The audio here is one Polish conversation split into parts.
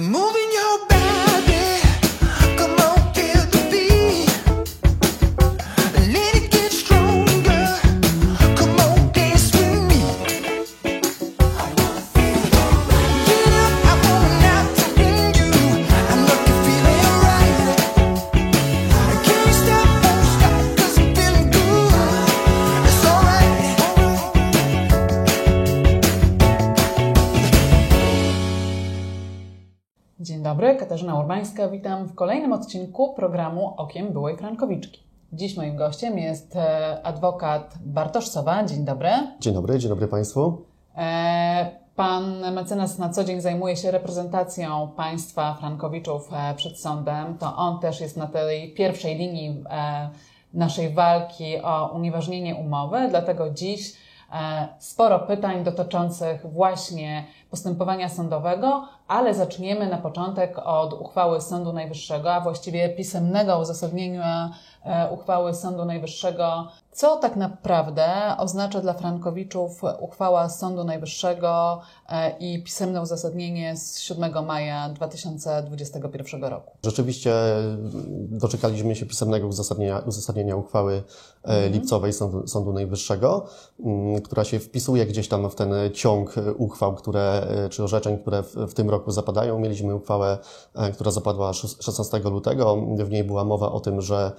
Moving your body, come on, feel the beat. Let it get stronger, come on, dance with me. I wanna feel alright. Get up, I wanna not to bring you. I know you're feeling right. I can't stop, won't stop, 'cause I'm feeling good. It's alright. Dzień dobry, Katarzyna Urbańska. Witam w kolejnym odcinku programu Okiem Byłej Frankowiczki. Dziś moim gościem jest adwokat Bartosz Sowa. Dzień dobry. Dzień dobry Państwu. Pan mecenas na co dzień zajmuje się reprezentacją państwa Frankowiczów przed sądem. To on też jest na tej pierwszej linii naszej walki o unieważnienie umowy, dlatego dziś sporo pytań dotyczących właśnie postępowania sądowego, ale zaczniemy na początek od uchwały Sądu Najwyższego, a właściwie pisemnego uzasadnienia uchwały Sądu Najwyższego. Co tak naprawdę oznacza dla Frankowiczów uchwała Sądu Najwyższego i pisemne uzasadnienie z 7 maja 2021 roku? Rzeczywiście doczekaliśmy się pisemnego uzasadnienia uchwały lipcowej Sądu Najwyższego, która się wpisuje gdzieś tam w ten ciąg uchwał, czy orzeczeń, które w tym roku zapadają. Mieliśmy uchwałę, która zapadła 16 lutego. W niej była mowa o tym, że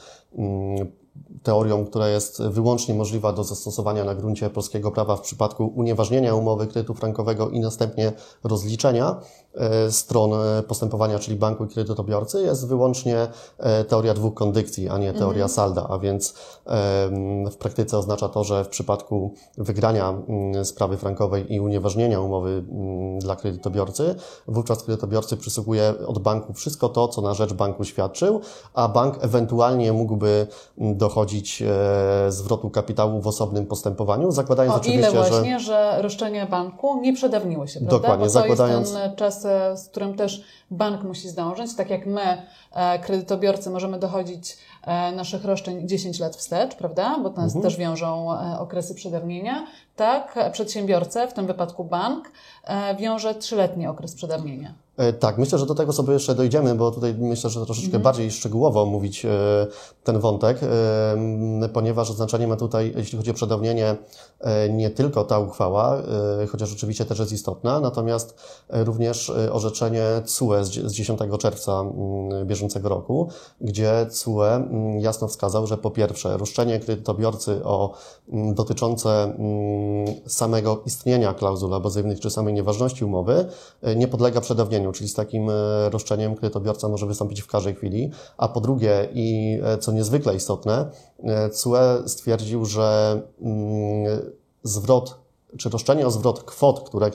teorią, która jest wyłącznie możliwa do zastosowania na gruncie polskiego prawa w przypadku unieważnienia umowy kredytu frankowego i następnie rozliczenia stron postępowania, czyli banku i kredytobiorcy, jest wyłącznie teoria dwóch kondycji, a nie teoria salda, a więc w praktyce oznacza to, że w przypadku wygrania sprawy frankowej i unieważnienia umowy dla kredytobiorcy, wówczas kredytobiorcy przysługuje od banku wszystko to, co na rzecz banku świadczył, a bank ewentualnie mógłby dochodzić zwrotu kapitału w osobnym postępowaniu, zakładając oczywiście, ile właśnie, że roszczenia banku nie przedawniły się, prawda? Dokładnie, bo to jest ten czas, z którym też bank musi zdążyć. Tak jak my, kredytobiorcy, możemy dochodzić naszych roszczeń 10 lat wstecz, prawda? Bo nas też wiążą okresy przedawnienia. Tak, przedsiębiorcę, w tym wypadku bank, wiąże 3-letni okres przedawnienia. Tak, myślę, że do tego sobie jeszcze dojdziemy, bo tutaj myślę, że troszeczkę bardziej szczegółowo omówić ten wątek, ponieważ znaczenie ma tutaj, jeśli chodzi o przedawnienie, nie tylko ta uchwała, chociaż oczywiście też jest istotna, natomiast również orzeczenie TSUE z 10 czerwca bieżącego roku, gdzie TSUE jasno wskazał, że po pierwsze roszczenie kredytobiorcy dotyczące samego istnienia klauzul abuzyjnych czy samej nieważności umowy nie podlega przedawnieniu, czyli z takim roszczeniem kredytobiorca może wystąpić w każdej chwili. A po drugie, i co niezwykle istotne, TSUE stwierdził, że roszczenie o zwrot kwot, których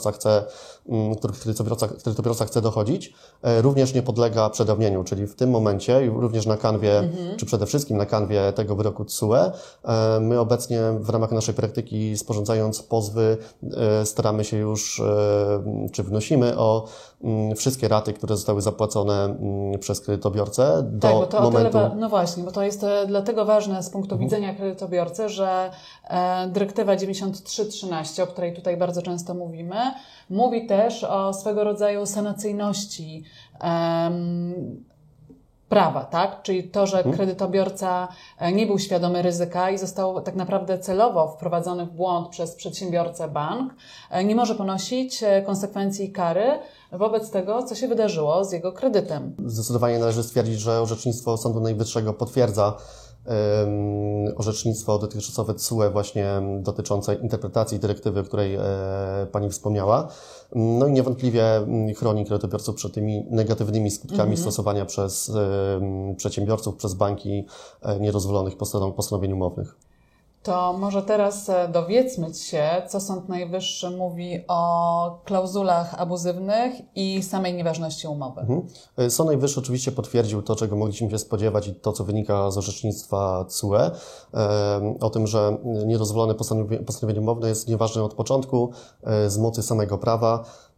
kredytobiorca chce dochodzić, również nie podlega przedawnieniu, czyli w tym momencie, również na kanwie, czy przede wszystkim na kanwie tego wyroku TSUE, my obecnie w ramach naszej praktyki, sporządzając pozwy, staramy się już, czy wnosimy o wszystkie raty, które zostały zapłacone przez kredytobiorcę do momentu... No właśnie, bo to jest dlatego ważne z punktu widzenia kredytobiorcy, że dyrektywa 93/13, o której tutaj bardzo często mówimy, mówi też o swego rodzaju sanacyjności prawa, tak? Czyli to, że kredytobiorca nie był świadomy ryzyka i został tak naprawdę celowo wprowadzony w błąd przez przedsiębiorcę bank, nie może ponosić konsekwencji i kary wobec tego, co się wydarzyło z jego kredytem. Zdecydowanie należy stwierdzić, że orzecznictwo Sądu Najwyższego potwierdza orzecznictwo dotychczasowe TSUE właśnie dotyczące interpretacji dyrektywy, o której Pani wspomniała. No i niewątpliwie chroni kredytobiorców przed tymi negatywnymi skutkami stosowania przez przedsiębiorców, przez banki niedozwolonych postanowień umownych. To może teraz dowiedzmy się, co Sąd Najwyższy mówi o klauzulach abuzywnych i samej nieważności umowy. Sąd Najwyższy oczywiście potwierdził to, czego mogliśmy się spodziewać i to, co wynika z orzecznictwa TSUE, o tym, że niedozwolone postanowienie umowne jest nieważne od początku, z mocy samego prawa.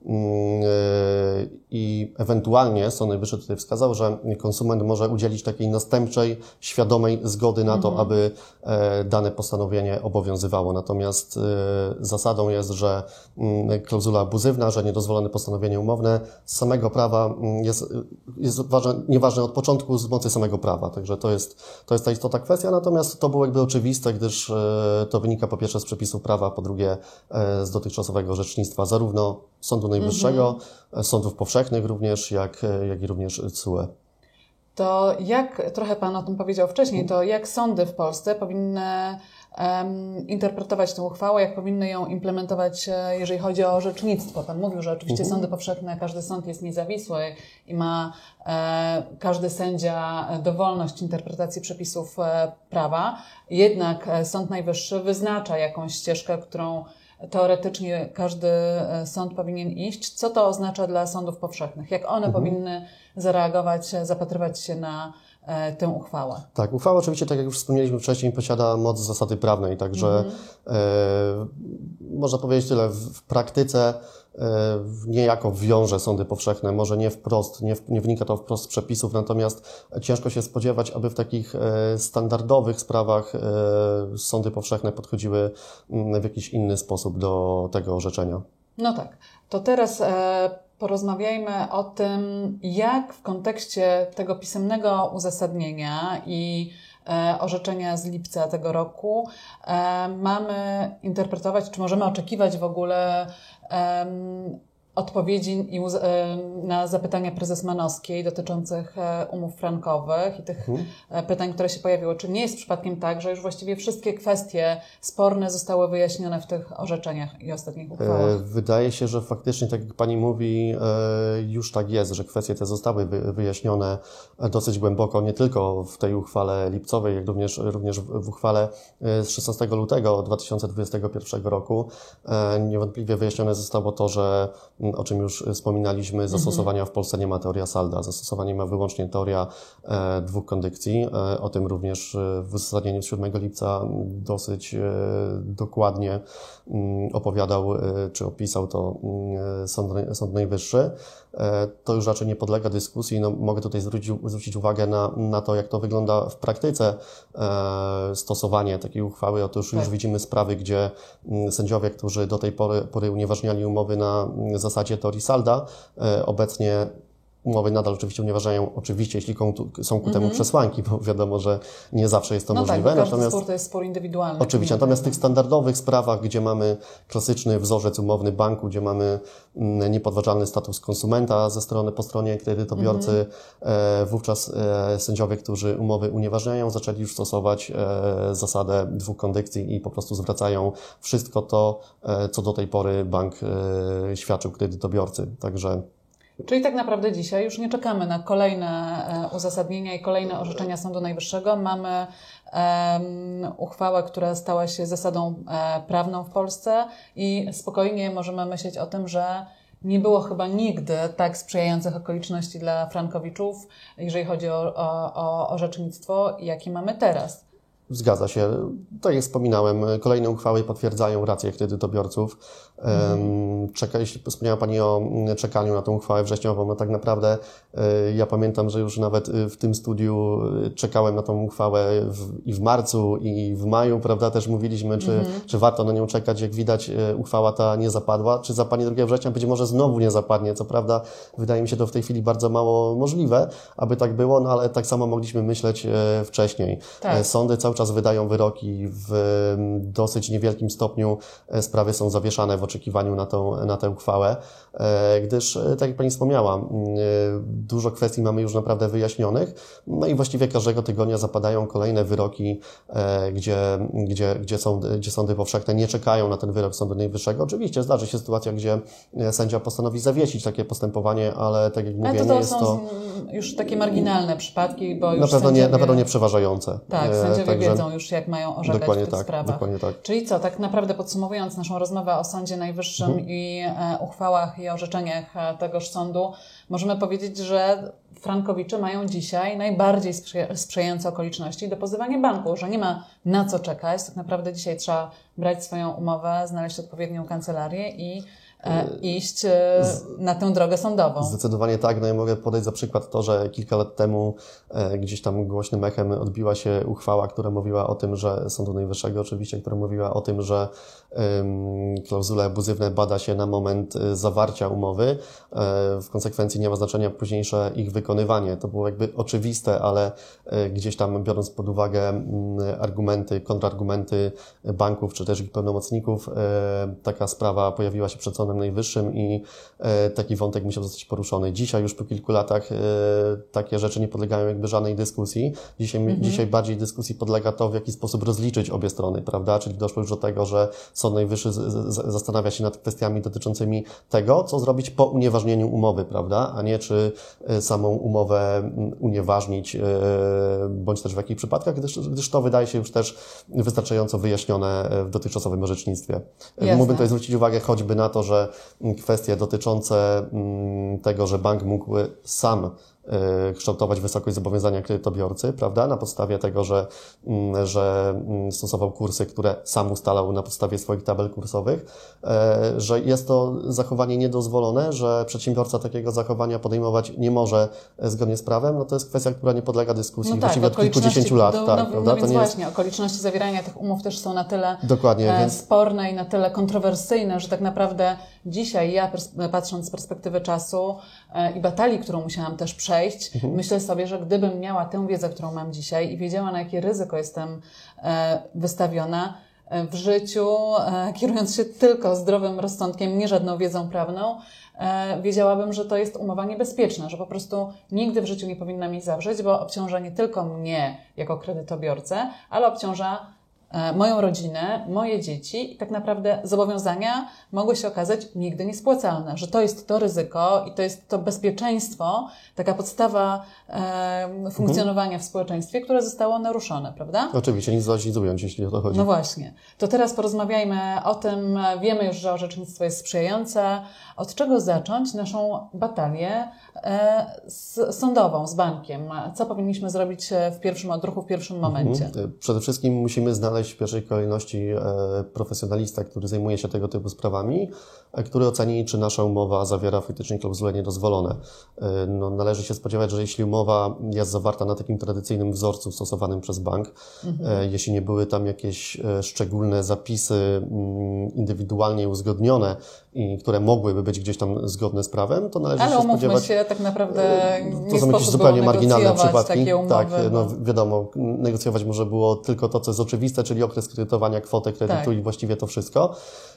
i ewentualnie Sąd Najwyższy tutaj wskazał, że konsument może udzielić takiej następczej, świadomej zgody na to, aby dane postanowienie obowiązywało. Natomiast zasadą jest, że klauzula abuzywna, że niedozwolone postanowienie umowne z samego prawa jest nieważne od początku z mocy samego prawa. Także to jest ta istotna kwestia. Natomiast to było jakby oczywiste, gdyż to wynika po pierwsze z przepisów prawa, po drugie z dotychczasowego orzecznictwa zarówno Sądu Najwyższego, sądów powszechnych również, jak i również TSUE. To jak, trochę Pan o tym powiedział wcześniej, to jak sądy w Polsce powinny interpretować tę uchwałę, jak powinny ją implementować, jeżeli chodzi o orzecznictwo? Pan mówił, że oczywiście sądy powszechne, każdy sąd jest niezawisły i ma każdy sędzia dowolność interpretacji przepisów prawa, jednak Sąd Najwyższy wyznacza jakąś ścieżkę, którą teoretycznie każdy sąd powinien iść. Co to oznacza dla sądów powszechnych? Jak one powinny zareagować, zapatrywać się na tę uchwałę? Tak, uchwała oczywiście, tak jak już wspomnieliśmy wcześniej, posiada moc zasady prawnej, także można powiedzieć tyle, w praktyce niejako wiąże sądy powszechne, może nie wprost, nie wynika to wprost z przepisów, natomiast ciężko się spodziewać, aby w takich standardowych sprawach sądy powszechne podchodziły w jakiś inny sposób do tego orzeczenia. No tak, to teraz porozmawiajmy o tym, jak w kontekście tego pisemnego uzasadnienia i orzeczenia z lipca tego roku mamy interpretować, czy możemy oczekiwać w ogóle odpowiedzi na zapytania prezes Manowskiej dotyczących umów frankowych i tych pytań, które się pojawiły. Czy nie jest przypadkiem tak, że już właściwie wszystkie kwestie sporne zostały wyjaśnione w tych orzeczeniach i ostatnich uchwałach? Wydaje się, że faktycznie, tak jak Pani mówi, już tak jest, że kwestie te zostały wyjaśnione dosyć głęboko, nie tylko w tej uchwale lipcowej, jak również w uchwale z 16 lutego 2021 roku. Niewątpliwie wyjaśnione zostało to, że o czym już wspominaliśmy, zastosowania w Polsce nie ma teoria salda. Zastosowanie ma wyłącznie teoria dwóch kondykcji. O tym również w uzasadnieniu z 7 lipca dosyć dokładnie opowiadał, czy opisał to Sąd Najwyższy. To już raczej nie podlega dyskusji. No, mogę tutaj zwrócić uwagę na to, jak to wygląda w praktyce stosowanie takiej uchwały. Otóż już widzimy sprawy, gdzie sędziowie, którzy do tej pory unieważniali umowy na zasadzie teorii salda, obecnie umowy nadal oczywiście unieważniają, oczywiście, jeśli są ku temu przesłanki, bo wiadomo, że nie zawsze jest to możliwe. Tak, każdy spór to jest spór indywidualny. Oczywiście, natomiast w tych standardowych sprawach, gdzie mamy klasyczny wzorzec umowny banku, gdzie mamy niepodważalny status konsumenta po stronie kredytobiorcy, wówczas sędziowie, którzy umowy unieważniają, zaczęli już stosować zasadę dwóch kondykcji i po prostu zwracają wszystko to, co do tej pory bank świadczył kredytobiorcy. Także czyli tak naprawdę dzisiaj już nie czekamy na kolejne uzasadnienia i kolejne orzeczenia Sądu Najwyższego. Mamy uchwałę, która stała się zasadą prawną w Polsce i spokojnie możemy myśleć o tym, że nie było chyba nigdy tak sprzyjających okoliczności dla frankowiczów, jeżeli chodzi o orzecznictwo, jakie mamy teraz. Zgadza się. Tak jak wspominałem, kolejne uchwały potwierdzają rację kredytobiorców. Wspomniała Pani o czekaniu na tę uchwałę wrześniową. No tak naprawdę ja pamiętam, że już nawet w tym studiu czekałem na tą uchwałę i w marcu, i w maju, prawda, też mówiliśmy, czy warto na nią czekać. Jak widać, uchwała ta nie zapadła. Czy zapadnie 2 września? Być może znowu nie zapadnie. Co prawda, wydaje mi się to w tej chwili bardzo mało możliwe, aby tak było, no ale tak samo mogliśmy myśleć wcześniej. Tak. Sądy cały czas wydają wyroki w dosyć niewielkim stopniu. Sprawy są zawieszane w oczekiwaniu na tę uchwałę, gdyż, tak jak Pani wspomniała, dużo kwestii mamy już naprawdę wyjaśnionych, no i właściwie każdego tygodnia zapadają kolejne wyroki, gdzie sądy powszechne nie czekają na ten wyrok Sądu Najwyższego. Oczywiście zdarzy się sytuacja, gdzie sędzia postanowi zawiesić takie postępowanie, ale tak jak mówię, nie jest to już takie marginalne przypadki, bo już na pewno nie przeważające. Tak, sędziowie wiedzą już, jak mają orzekać w tych sprawach. Dokładnie tak. Czyli co, tak naprawdę podsumowując naszą rozmowę o Sądzie Najwyższym i uchwałach i orzeczeniach tegoż sądu, możemy powiedzieć, że frankowicze mają dzisiaj najbardziej sprzyjające okoliczności do pozywania banku, że nie ma na co czekać. Tak naprawdę dzisiaj trzeba brać swoją umowę, znaleźć odpowiednią kancelarię i iść na tę drogę sądową. Zdecydowanie tak. No ja mogę podać za przykład to, że kilka lat temu gdzieś tam głośnym echem odbiła się uchwała, która mówiła o tym, że Sądu Najwyższego oczywiście, która mówiła o tym, że klauzule abuzywne bada się na moment zawarcia umowy. W konsekwencji nie ma znaczenia późniejsze ich wykonywanie. To było jakby oczywiste, ale gdzieś tam biorąc pod uwagę argumenty, kontrargumenty banków czy też ich pełnomocników, taka sprawa pojawiła się przed Sądem Najwyższym i taki wątek musiał zostać poruszony. Dzisiaj już po kilku latach takie rzeczy nie podlegają jakby żadnej dyskusji. Dzisiaj bardziej dyskusji podlega to, w jaki sposób rozliczyć obie strony, prawda? Czyli doszło już do tego, że Sąd Najwyższy zastanawia się nad kwestiami dotyczącymi tego, co zrobić po unieważnieniu umowy, prawda? A nie czy samą umowę unieważnić, bądź też w jakich przypadkach, gdyż to wydaje się już też wystarczająco wyjaśnione w dotychczasowym orzecznictwie. Mógłbym tutaj zwrócić uwagę choćby na to, że kwestie dotyczące tego, że bank mógł sam kształtować wysokość zobowiązania kredytobiorcy, prawda, na podstawie tego, że stosował kursy, które sam ustalał na podstawie swoich tabel kursowych, że jest to zachowanie niedozwolone, że przedsiębiorca takiego zachowania podejmować nie może zgodnie z prawem, no to jest kwestia, która nie podlega dyskusji właściwie od kilkudziesięciu lat. Prawda? No więc właśnie, okoliczności zawierania tych umów też są na tyle więc sporne i na tyle kontrowersyjne, że tak naprawdę dzisiaj ja, patrząc z perspektywy czasu i batalii, którą musiałam też przejść, myślę sobie, że gdybym miała tę wiedzę, którą mam dzisiaj i wiedziała, na jakie ryzyko jestem wystawiona w życiu, kierując się tylko zdrowym rozsądkiem, nie żadną wiedzą prawną, wiedziałabym, że to jest umowa niebezpieczna, że po prostu nigdy w życiu nie powinna mi zawrzeć, bo obciąża nie tylko mnie jako kredytobiorcę, ale obciąża moją rodzinę, moje dzieci i tak naprawdę zobowiązania mogły się okazać nigdy niespłacalne, że to jest to ryzyko i to jest to bezpieczeństwo, taka podstawa funkcjonowania w społeczeństwie, które zostało naruszone, prawda? Oczywiście, nic złazizując, jeśli o to chodzi. No właśnie. To teraz porozmawiajmy o tym, wiemy już, że orzecznictwo jest sprzyjające. Od czego zacząć naszą batalię sądową z bankiem? Co powinniśmy zrobić w pierwszym odruchu, w pierwszym momencie? Przede wszystkim musimy znaleźć w pierwszej kolejności profesjonalistę, który zajmuje się tego typu sprawami, który oceni, czy nasza umowa zawiera faktycznie klauzule niedozwolone. No, należy się spodziewać, że jeśli umowa jest zawarta na takim tradycyjnym wzorcu stosowanym przez bank, jeśli nie były tam jakieś szczególne zapisy indywidualnie uzgodnione i które mogłyby być gdzieś tam zgodne z prawem, to należy się spodziewać... Ale umówmy się, tak naprawdę to są jakieś zupełnie marginalne przypadki. Takie umowy, tak, no wiadomo, negocjować może było tylko to, co jest oczywiste, czyli okres kredytowania, kwotę kredytu i właściwie to wszystko.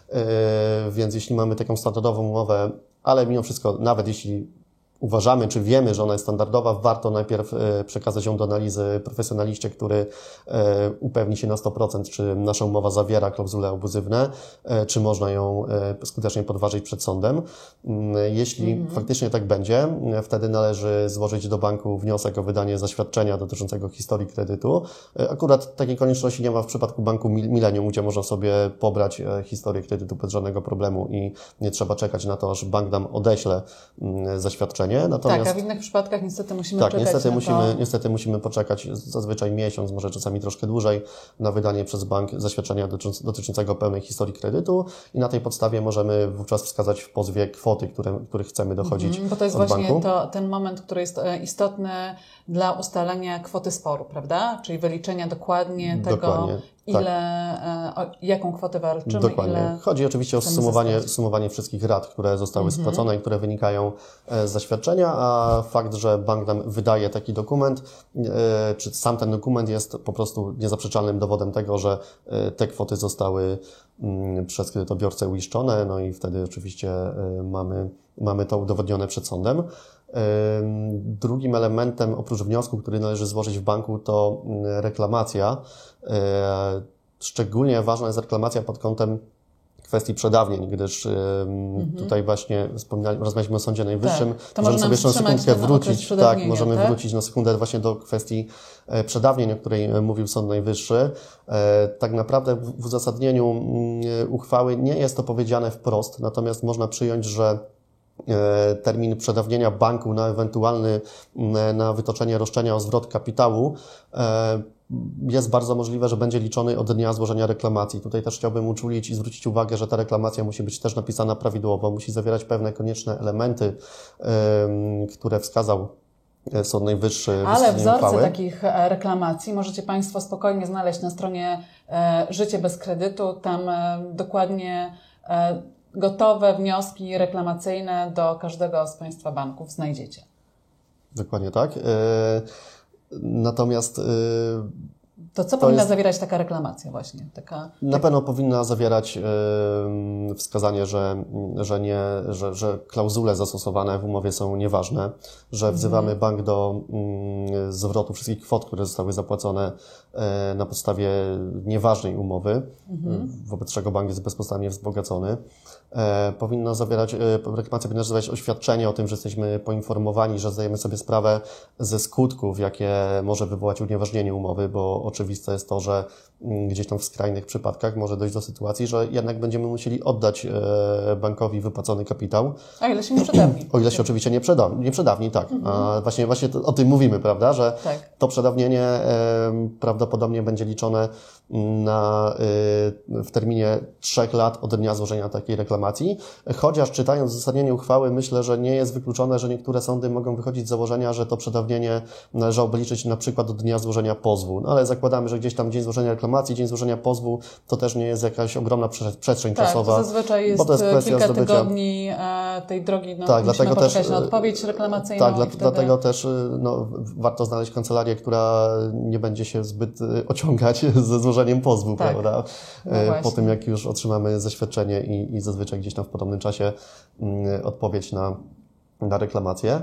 Więc jeśli mamy taką standardową umowę, ale mimo wszystko, nawet jeśli uważamy, czy wiemy, że ona jest standardowa, warto najpierw przekazać ją do analizy profesjonaliście, który upewni się na 100%, czy nasza umowa zawiera klauzule abuzywne, czy można ją skutecznie podważyć przed sądem. Jeśli faktycznie tak będzie, wtedy należy złożyć do banku wniosek o wydanie zaświadczenia dotyczącego historii kredytu. Akurat takiej konieczności nie ma w przypadku banku Millennium, gdzie można sobie pobrać historię kredytu bez żadnego problemu i nie trzeba czekać na to, aż bank nam odeśle zaświadczenie. Natomiast, tak, a w innych przypadkach niestety musimy czekać niestety musimy poczekać zazwyczaj miesiąc, może czasami troszkę dłużej na wydanie przez bank zaświadczenia dotyczącego pełnej historii kredytu i na tej podstawie możemy wówczas wskazać w pozwie kwoty, których chcemy dochodzić bo to jest od właśnie banku. ten moment, który jest istotny dla ustalenia kwoty sporu, prawda? Czyli wyliczenia dokładnie tego, jaką kwotę walczymy. Dokładnie. Chodzi oczywiście o sumowanie wszystkich rat, które zostały spłacone i które wynikają z zaświadczenia, a fakt, że bank nam wydaje taki dokument, czy sam ten dokument jest po prostu niezaprzeczalnym dowodem tego, że te kwoty zostały przez kredytobiorcę uiszczone, no i wtedy oczywiście mamy to udowodnione przed sądem. Drugim elementem, oprócz wniosku, który należy złożyć w banku, to reklamacja. Szczególnie ważna jest reklamacja pod kątem kwestii przedawnień, gdyż tutaj właśnie rozmawialiśmy o Sądzie Najwyższym. To możemy sobie jeszcze na sekundkę wrócić. Tak, możemy tak? wrócić na sekundę właśnie do kwestii przedawnień, o której mówił Sąd Najwyższy. Tak naprawdę w uzasadnieniu uchwały nie jest to powiedziane wprost, natomiast można przyjąć, że termin przedawnienia banku na ewentualny, na wytoczenie roszczenia o zwrot kapitału, jest bardzo możliwe, że będzie liczony od dnia złożenia reklamacji. Tutaj też chciałbym uczulić i zwrócić uwagę, że ta reklamacja musi być też napisana prawidłowo, musi zawierać pewne konieczne elementy, które wskazał Sąd Najwyższy. Ale wzorce takich reklamacji możecie Państwo spokojnie znaleźć na stronie Życie bez kredytu. Tam dokładnie gotowe wnioski reklamacyjne do każdego z Państwa banków znajdziecie. Dokładnie tak. Natomiast to co powinna zawierać taka reklamacja właśnie? Na pewno powinna zawierać wskazanie, że klauzule zastosowane w umowie są nieważne, że wzywamy bank do zwrotu wszystkich kwot, które zostały zapłacone na podstawie nieważnej umowy, wobec czego bank jest bezpodstawnie wzbogacony. Reklamacja powinna zawierać oświadczenie o tym, że jesteśmy poinformowani, że zdajemy sobie sprawę ze skutków, jakie może wywołać unieważnienie umowy, bo oczywiste jest to, że gdzieś tam w skrajnych przypadkach może dojść do sytuacji, że jednak będziemy musieli oddać bankowi wypłacony kapitał. A ile się nie przedawni. O ile się oczywiście nie przedawni, tak. A właśnie o tym mówimy, prawda, że to przedawnienie prawdopodobnie będzie liczone w terminie 3 lat od dnia złożenia takiej reklamacji. Chociaż czytając uzasadnienie uchwały, myślę, że nie jest wykluczone, że niektóre sądy mogą wychodzić z założenia, że to przedawnienie należałoby liczyć na przykład od dnia złożenia pozwu. No ale zakładamy, że gdzieś tam dzień złożenia reklamacji, dzień złożenia pozwu, to też nie jest jakaś ogromna przestrzeń czasowa. To zazwyczaj jest kilka tygodni tej drogi, musimy poczekać na odpowiedź reklamacyjną. Tak, dlatego też warto znaleźć kancelarię, która nie będzie się zbyt ociągać ze złożeniem pozwu, prawda? Po tym, jak już otrzymamy zaświadczenie i zazwyczaj gdzieś tam w podobnym czasie odpowiedź na reklamację.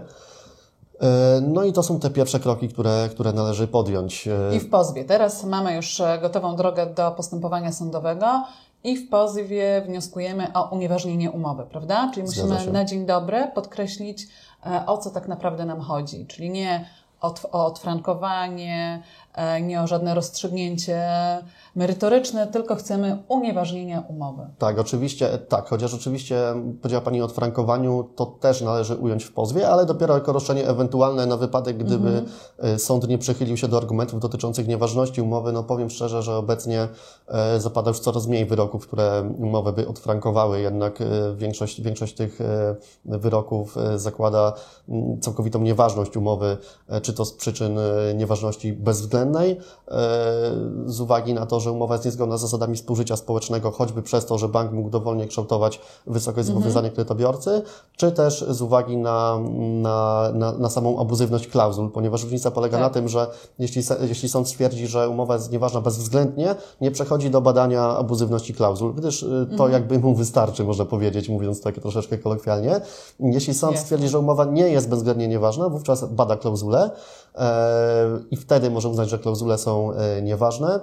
No i to są te pierwsze kroki, które należy podjąć. I w pozwie. Teraz mamy już gotową drogę do postępowania sądowego i w pozwie wnioskujemy o unieważnienie umowy, prawda? Czyli musimy na dzień dobry podkreślić, o co tak naprawdę nam chodzi. Czyli nie o odfrankowanie, nie o żadne rozstrzygnięcie merytoryczne, tylko chcemy unieważnienia umowy. Tak, oczywiście, chociaż oczywiście powiedziała Pani o odfrankowaniu, to też należy ująć w pozwie, ale dopiero jako roszczenie ewentualne na wypadek, gdyby sąd nie przychylił się do argumentów dotyczących nieważności umowy. No powiem szczerze, że obecnie zapada już coraz mniej wyroków, które umowę by odfrankowały, jednak większość tych wyroków zakłada całkowitą nieważność umowy, czy to z przyczyn nieważności bezwzględnej, z uwagi na to, że umowa jest niezgodna z zasadami współżycia społecznego, choćby przez to, że bank mógł dowolnie kształtować wysokość zobowiązania kredytobiorcy, czy też z uwagi na samą abuzywność klauzul, ponieważ różnica polega na tym, że jeśli sąd stwierdzi, że umowa jest nieważna bezwzględnie, nie przechodzi do badania abuzywności klauzul, gdyż to jakby mu wystarczy, można powiedzieć, mówiąc tak troszeczkę kolokwialnie. Jeśli sąd stwierdzi, że umowa nie jest bezwzględnie nieważna, wówczas bada klauzule i wtedy może uznać, że klauzule są nieważne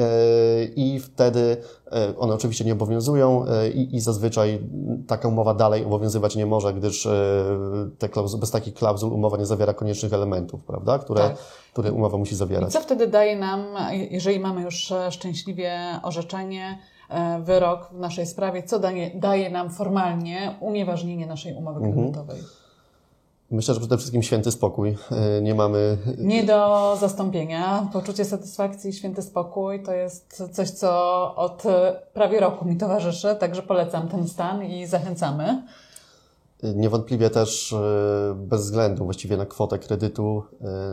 i wtedy one oczywiście nie obowiązują i zazwyczaj taka umowa dalej obowiązywać nie może, gdyż bez takich klauzul umowa nie zawiera koniecznych elementów, prawda, które umowa musi zawierać. I co wtedy daje nam, jeżeli mamy już szczęśliwie orzeczenie, wyrok w naszej sprawie, co daje nam formalnie unieważnienie naszej umowy kredytowej? Myślę, że przede wszystkim święty spokój. Nie do zastąpienia. Poczucie satysfakcji i święty spokój to jest coś, co od prawie roku mi towarzyszy, także polecam ten stan i zachęcamy. Niewątpliwie też bez względu właściwie na kwotę kredytu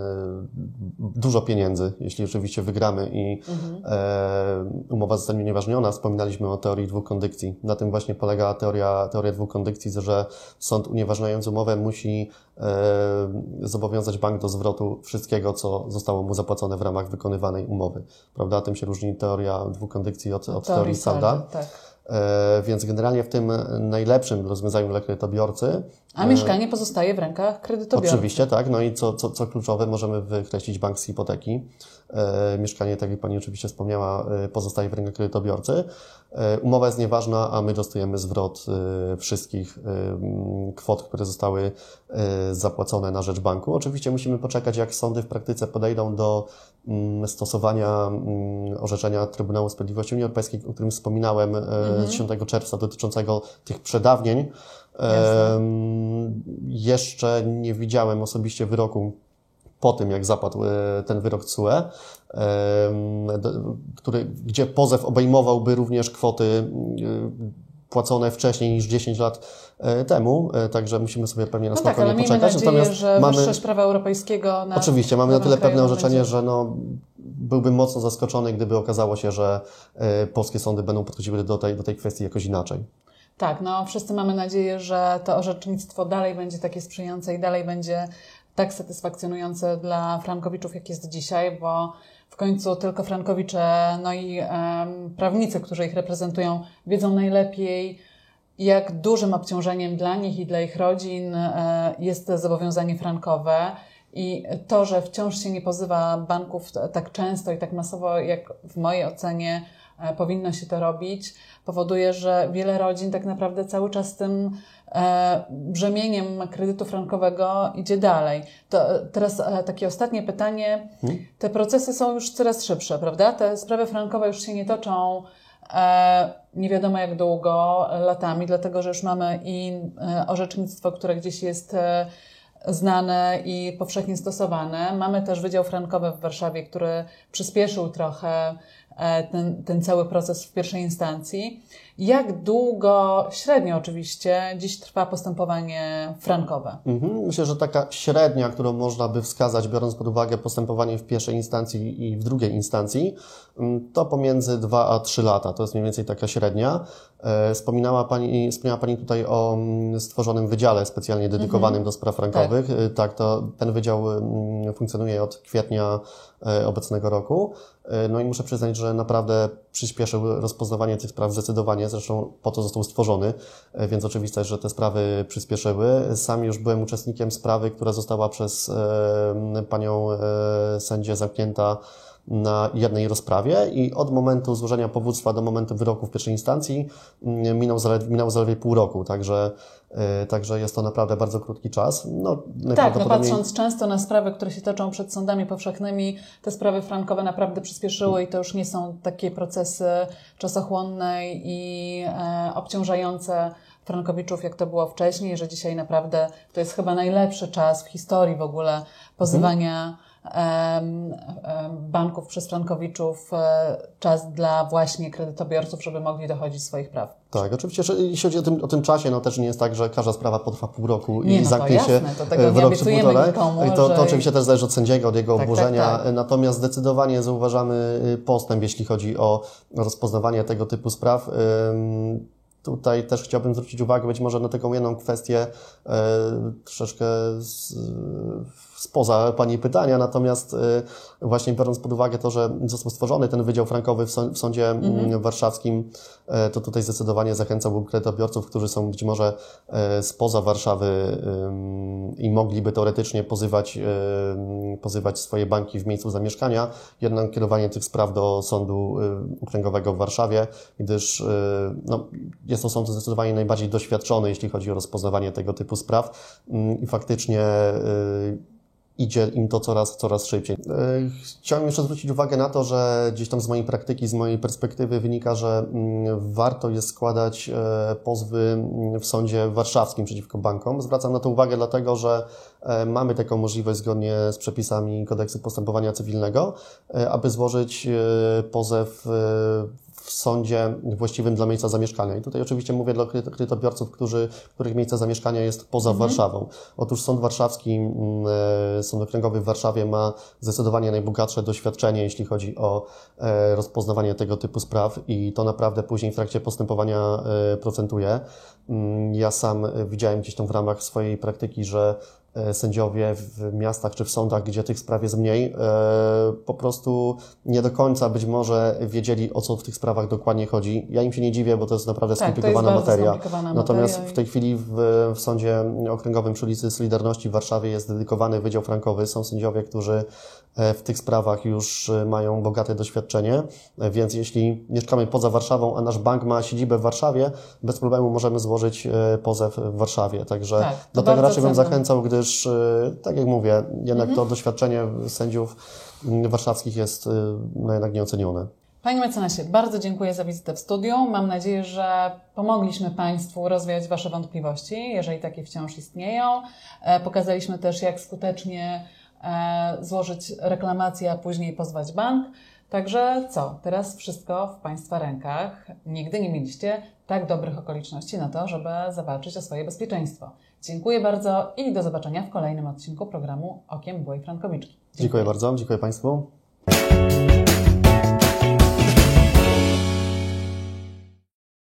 dużo pieniędzy, jeśli oczywiście wygramy i umowa zostanie unieważniona. Wspominaliśmy o teorii dwóch kondykcji. Na tym właśnie polega teoria dwóch kondykcji, że sąd unieważniając umowę musi zobowiązać bank do zwrotu wszystkiego, co zostało mu zapłacone w ramach wykonywanej umowy. Prawda? Tym się różni teoria dwóch kondykcji od teorii Salda. Tak. Więc generalnie w tym najlepszym rozwiązaniu dla kredytobiorcy. A mieszkanie pozostaje w rękach kredytobiorcy. Oczywiście, tak. No i co kluczowe, możemy wykreślić bank z hipoteki. Mieszkanie, tak jak Pani oczywiście wspomniała, pozostaje w rękach kredytobiorcy. Umowa jest nieważna, a my dostajemy zwrot wszystkich kwot, które zostały zapłacone na rzecz banku. Oczywiście musimy poczekać, jak sądy w praktyce podejdą do stosowania orzeczenia Trybunału Sprawiedliwości Unii Europejskiej, o którym wspominałem z 10 czerwca dotyczącego tych przedawnień. Jeszcze nie widziałem osobiście wyroku po tym, jak zapadł ten wyrok TSUE, gdzie pozew obejmowałby również kwoty płacone wcześniej niż 10 lat temu, także musimy sobie pewnie na spokojnie poczekać. Mamy nadzieję, że wyższość prawa europejskiego oczywiście, mamy na tyle pewne orzeczenie, że byłbym mocno zaskoczony, gdyby okazało się, że polskie sądy będą podchodziły do tej kwestii jakoś inaczej. Tak, wszyscy mamy nadzieję, że to orzecznictwo dalej będzie takie sprzyjające i dalej będzie tak satysfakcjonujące dla frankowiczów, jak jest dzisiaj, bo w końcu tylko frankowicze, i prawnicy, którzy ich reprezentują, wiedzą najlepiej, jak dużym obciążeniem dla nich i dla ich rodzin jest zobowiązanie frankowe. I to, że wciąż się nie pozywa banków tak często i tak masowo, jak w mojej ocenie powinno się to robić, powoduje, że wiele rodzin tak naprawdę cały czas tym brzemieniem kredytu frankowego idzie dalej. To teraz takie ostatnie pytanie. Te procesy są już coraz szybsze, prawda? Te sprawy frankowe już się nie toczą nie wiadomo jak długo, latami, dlatego że już mamy i orzecznictwo, które gdzieś jest znane i powszechnie stosowane. Mamy też Wydział Frankowy w Warszawie, który przyspieszył trochę ten cały proces w pierwszej instancji. Jak długo, średnio oczywiście, dziś trwa postępowanie frankowe? Myślę, że taka średnia, którą można by wskazać, biorąc pod uwagę postępowanie w pierwszej instancji i w drugiej instancji, to pomiędzy 2 a 3 lata. To jest mniej więcej taka średnia. Wspominała Pani tutaj o stworzonym wydziale specjalnie dedykowanym do spraw frankowych. Tak, to ten wydział funkcjonuje od kwietnia obecnego roku. No i muszę przyznać, że naprawdę przyspieszył rozpoznawanie tych spraw zdecydowanie. Zresztą po to został stworzony, więc oczywiste, że te sprawy przyspieszyły. Sam już byłem uczestnikiem sprawy, która została przez panią sędzię zamknięta na jednej rozprawie i od momentu złożenia powództwa do momentu wyroku w pierwszej instancji minął zaledwie pół roku, także jest to naprawdę bardzo krótki czas. Patrząc często na sprawy, które się toczą przed sądami powszechnymi, te sprawy frankowe naprawdę przyspieszyły i to już nie są takie procesy czasochłonne i obciążające frankowiczów, jak to było wcześniej, że dzisiaj naprawdę to jest chyba najlepszy czas w historii w ogóle pozywania banków przez frankowiczów, czas dla właśnie kredytobiorców, żeby mogli dochodzić swoich praw. Tak, oczywiście, że jeśli chodzi o tym czasie, też nie jest tak, że każda sprawa potrwa pół roku i to zamknie jasne, się to tego w rok czy półtora. Nikomu, to oczywiście też zależy od sędziego, od jego oburzenia. Tak. Natomiast zdecydowanie zauważamy postęp, jeśli chodzi o rozpoznawanie tego typu spraw. Tutaj też chciałbym zwrócić uwagę być może na taką jedną kwestię troszeczkę spoza Pani pytania, natomiast właśnie biorąc pod uwagę to, że został stworzony ten Wydział Frankowy w Sądzie Warszawskim, to tutaj zdecydowanie zachęcałbym kredytobiorców, którzy są być może spoza Warszawy i mogliby teoretycznie pozywać swoje banki w miejscu zamieszkania, jednak kierowanie tych spraw do Sądu Okręgowego w Warszawie, gdyż jest to sąd zdecydowanie najbardziej doświadczony, jeśli chodzi o rozpoznawanie tego typu spraw i faktycznie idzie im to coraz szybciej. Chciałem jeszcze zwrócić uwagę na to, że gdzieś tam z mojej praktyki, z mojej perspektywy wynika, że warto jest składać pozwy w sądzie warszawskim przeciwko bankom. Zwracam na to uwagę dlatego, że mamy taką możliwość zgodnie z przepisami Kodeksu Postępowania Cywilnego, aby złożyć pozew w sądzie właściwym dla miejsca zamieszkania. I tutaj oczywiście mówię dla kredytobiorców, których miejsce zamieszkania jest poza Warszawą. Otóż Sąd Warszawski, Sąd Okręgowy w Warszawie ma zdecydowanie najbogatsze doświadczenie, jeśli chodzi o rozpoznawanie tego typu spraw i to naprawdę później w trakcie postępowania procentuje. Ja sam widziałem gdzieś tam w ramach swojej praktyki, że sędziowie w miastach czy w sądach, gdzie tych spraw jest mniej, po prostu nie do końca być może wiedzieli, o co w tych sprawach dokładnie chodzi. Ja im się nie dziwię, bo to jest naprawdę skomplikowana materia. Natomiast w tej chwili w Sądzie Okręgowym przy ulicy Solidarności w Warszawie jest dedykowany Wydział Frankowy. Są sędziowie, którzy w tych sprawach już mają bogate doświadczenie, więc jeśli mieszkamy poza Warszawą, a nasz bank ma siedzibę w Warszawie, bez problemu możemy złożyć pozew w Warszawie. Także do tego raczej bym zachęcał, gdyż, tak jak mówię, jednak to doświadczenie sędziów warszawskich jest jednak nieocenione. Panie mecenasie, bardzo dziękuję za wizytę w studiu. Mam nadzieję, że pomogliśmy Państwu rozwiać Wasze wątpliwości, jeżeli takie wciąż istnieją. Pokazaliśmy też, jak skutecznie złożyć reklamację, a później pozwać bank. Także co? Teraz wszystko w Państwa rękach. Nigdy nie mieliście tak dobrych okoliczności na to, żeby zawalczyć o swoje bezpieczeństwo. Dziękuję bardzo i do zobaczenia w kolejnym odcinku programu Okiem Byłej Frankowiczki. Dziękuję bardzo, dziękuję Państwu.